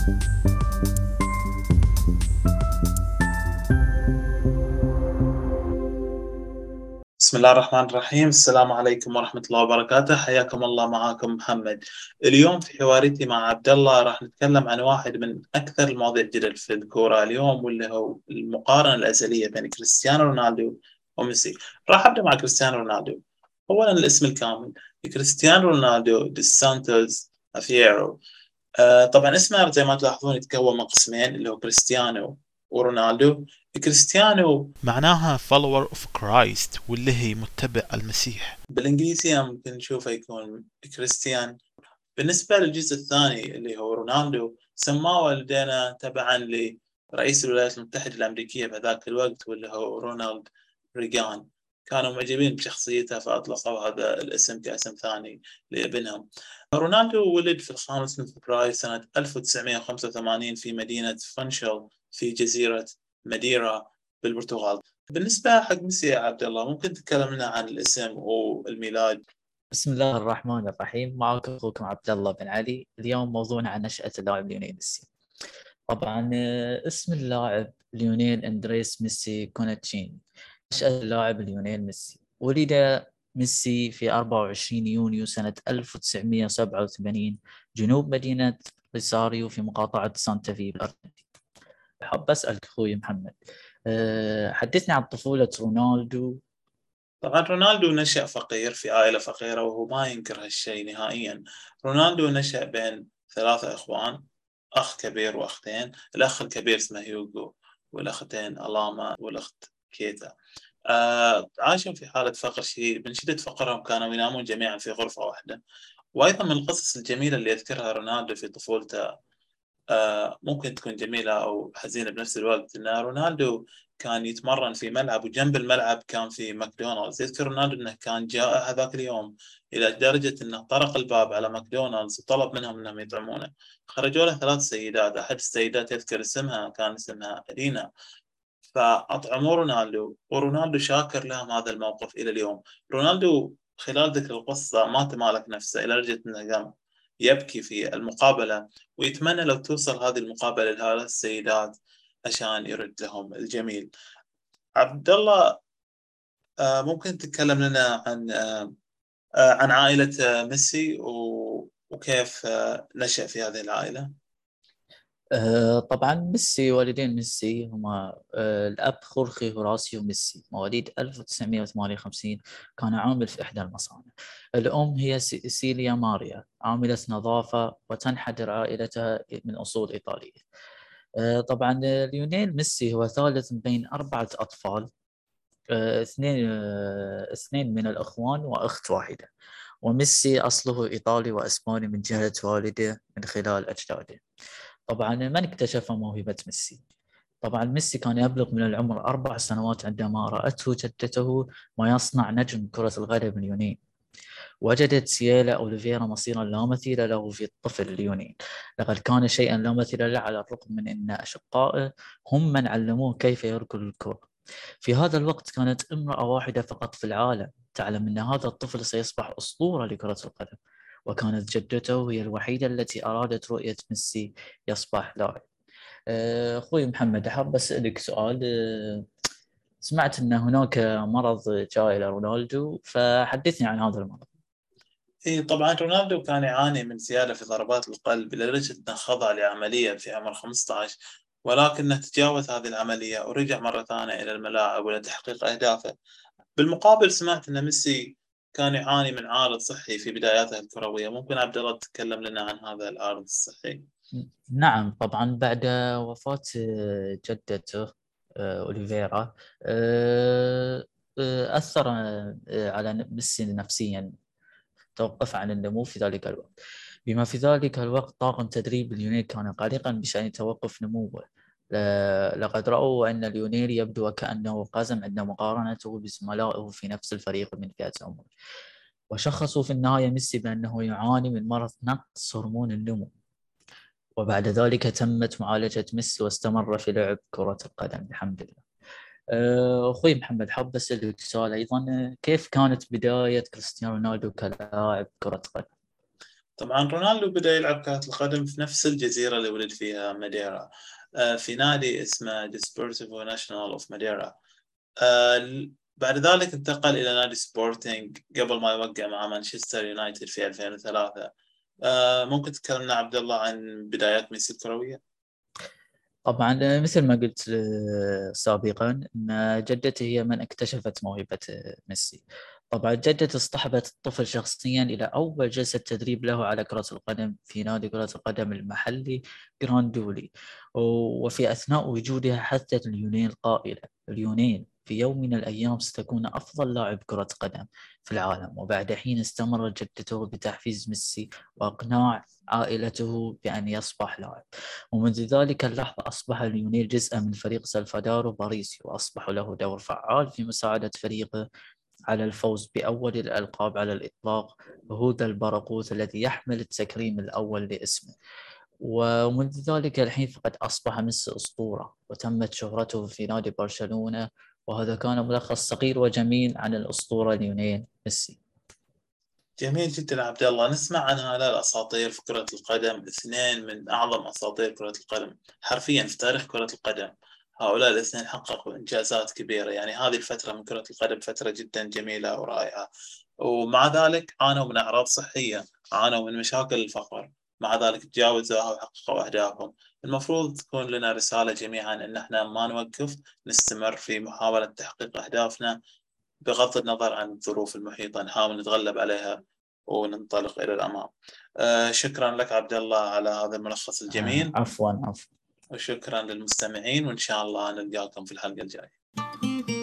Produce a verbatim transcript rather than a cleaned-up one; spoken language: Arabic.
بسم الله الرحمن الرحيم. السلام عليكم ورحمة الله وبركاته. حياكم الله، معاكم محمد. اليوم في حواريتي مع عبد الله راح نتكلم عن واحد من أكثر المواضيع الجدل في الكورة اليوم، واللي هو المقارنة الأزلية بين كريستيانو رونالدو وميسي. راح أبدأ مع كريستيانو رونالدو. أولا الاسم الكامل كريستيانو رونالدو dos Santos Aveiro. آه طبعا اسمه زي ما تلاحظون يتكون من قسمين، اللي هو كريستيانو ورونالدو. كريستيانو معناها follower of Christ، واللي هي متبع المسيح. بالإنجليزية ممكن نشوفه يكون كريستيان. بالنسبة للجزء الثاني اللي هو رونالدو، سماه والدينا تبعا لرئيس الولايات المتحدة الأمريكية بذاك الوقت، واللي هو رونالد ريغان. كانوا معجبين بشخصيته فأطلقوا هذا الاسم كاسم ثاني لابنهم. رونالدو ولد في الخامس من فبراير سنة ألف وتسعمائة وخمسة وثمانين في مدينة فنشل في جزيرة ماديرا بالبرتغال. بالنسبة حق ميسي يا عبد الله، ممكن تتكلمنا عن الاسم والميلاد؟ بسم الله الرحمن الرحيم. معك أخوكم عبد الله بن علي. اليوم موضوعنا عن نشأة اللاعب ليونيل ميسي. طبعا اسم اللاعب ليونيل أندريس ميسي كوناتشين. نشأة اللاعب ليونيل ميسي، ولد ميسي في أربعة وعشرين يونيو سنة ألف وتسعمائة وسبعة وثمانين جنوب مدينة ريساريو في مقاطعة سانتا في بالأرجنتين. حاب أسألك أخوي محمد، حدثني عن طفولة رونالدو. طبعا رونالدو نشأ فقير في عائلة فقيرة، وهو ما ينكر هالشيء نهائيا. رونالدو نشأ بين ثلاثة إخوان، أخ كبير وأختين. الأخ الكبير اسمه هيوغو، والأختين ألاما والأخت كيتا. آه عاشوا في حالة فقر شديد. من شدة فقرهم كانوا ينامون جميعا في غرفة واحدة. وأيضا من القصص الجميلة اللي يذكرها رونالدو في طفولته، آه ممكن تكون جميلة أو حزينة بنفس الوقت، إن رونالدو كان يتمرن في ملعب، وجنب الملعب كان في ماكدونالدز. يذكر رونالدو أنه كان جائع هذاك اليوم، إلى درجة أنه طرق الباب على ماكدونالدز وطلب منهم أنهم يطعمونه. خرجوا له ثلاث سيدات، أحد السيدات يذكر اسمها كان اسمها رينا، فأطعموا رونالدو، ورونالدو شاكر لهم هذا الموقف إلى اليوم. رونالدو خلال ذكر القصة ما تمالك نفسه، إلى درجة أنه قام يبكي في المقابلة، ويتمنى لو توصل هذه المقابلة لهذه السيدات عشان يرد لهم الجميل. عبد الله، ممكن تتكلم لنا عن عن عائلة ميسي وكيف نشأ في هذه العائلة؟ أه طبعا ميسي، والدين ميسي هما أه الأب خورخي هوراسيو ميسي، مواليد ألف وتسعمائة وثمانية وخمسين، كان عامل في إحدى المصانع. الأم هي سيليا ماريا، عاملة نظافة وتنحدر عائلتها من أصول إيطالية. أه طبعا ليونيل ميسي هو ثالث بين أربعة أطفال، أه اثنين أه اثنين من الأخوان وأخت واحدة. وميسي أصله إيطالي وأسباني من جهة والده من خلال أجداده. طبعا من اكتشف موهبة ميسي؟ طبعا ميسي كان يبلغ من العمر أربع سنوات عندما رأته جدته ما يصنع نجم كرة القدم ليونيل. وجدت سييلا أوليفيرا مصيرا لا مثيل له في الطفل ليونيل. لقد كان شيئا لا مثيل له، على الرغم من أن أشقائه هم من علموه كيف يركض الكرة. في هذا الوقت كانت امرأة واحدة فقط في العالم تعلم أن هذا الطفل سيصبح أسطورة لكرة القدم، وكانت جدته هي الوحيدة التي أرادت رؤية ميسي يصبح لاعب. أخوي محمد، أحب أسألك سؤال. سمعت أن هناك مرض جاء إلى رونالدو، فحدثني عن هذا المرض. إيه طبعا رونالدو كان يعاني من زيادة في ضربات القلب، إلى درجة أنه خضع لعملية في عمر خمسة عشر، ولكنه تجاوز هذه العملية ورجع مرة ثانية إلى الملاعب ولتحقيق أهدافه. بالمقابل سمعت أن ميسي كان يعاني من عارض صحي في بداياته الكروية. ممكن عبد الله تتكلم لنا عن هذا العارض الصحي؟ نعم، طبعا بعد وفاة جدته أوليفيرا أثر على ميسي نفسيا، توقف عن النمو في ذلك الوقت. بما في ذلك الوقت طاقم تدريب ليونيل كان قلقا بشأن توقف نموه. لقد رأوا أن ليونيل يبدو وكأنه قزم عند مقارنته بزملائه في نفس الفريق من فئة عمره، وشخصوا في النهاية ميسي بأنه يعاني من مرض نقص هرمون النمو. وبعد ذلك تمت معالجة ميسي واستمر في لعب كرة القدم الحمد لله. أخوي محمد، حاب أسألك سؤال أيضا. كيف كانت بداية كريستيانو رونالدو كلاعب كرة قدم؟ طبعا رونالدو بدأ يلعب كرة القدم في نفس الجزيرة اللي ولد فيها ماديرا، في نادي اسمه ديسبورتيفو ناشونال اوف ماديرا. بعد ذلك انتقل إلى نادي سبورتينج قبل ما يوقع مع مانشستر يونايتد في ألفين وثلاثة. ممكن تكلمنا عبد الله عن بدايات ميسي الكروية؟ طبعا مثل ما قلت سابقا أن جدته هي من اكتشفت موهبة ميسي. طبعا جدته اصطحبت الطفل شخصيا إلى أول جلسة تدريب له على كرة القدم في نادي كرة القدم المحلي جراندولي، وفي أثناء وجودها حثت اليونين القائلة: اليونين في يوم من الأيام ستكون أفضل لاعب كرة قدم في العالم. وبعد حين استمرت جدته بتحفيز ميسي وإقناع عائلته بأن يصبح لاعب، ومنذ ذلك اللحظة أصبح ليونيل جزءا من فريق سلفادورو باريسي، وأصبح له دور فعال في مساعدة فريقه على الفوز بأول الألقاب على الإطلاق، وهو البراقوث الذي يحمل التكريم الأول لاسمه. ومنذ ذلك الحين فقد أصبح ميسي أسطورة، وتمت شهرته في نادي برشلونة. وهذا كان ملخص صغير وجميل عن الأسطورة ليونيل ميسي. جميل جدا عبد الله. نسمع عن هؤلاء الأساطير في كرة القدم، اثنين من أعظم أساطير كرة القدم حرفيا في تاريخ كرة القدم. هؤلاء الاثنين حققوا إنجازات كبيرة، يعني هذه الفترة من كرة القدم فترة جدا جميلة ورائعة، ومع ذلك عانوا من أعراض صحية، عانوا من مشاكل الفقر، مع ذلك تجاوزوها وحققوا أهدافهم. المفروض تكون لنا رسالة جميعا إن احنا ما نوقف، نستمر في محاولة تحقيق أهدافنا بغض النظر عن الظروف المحيطة، نحاول نتغلب عليها وننطلق إلى الأمام. آه شكرا لك عبد الله على هذا الملخص الجميل. آه عفوا عفوا وشكرا للمستمعين، وإن شاء الله نلقاكم في الحلقة الجاية.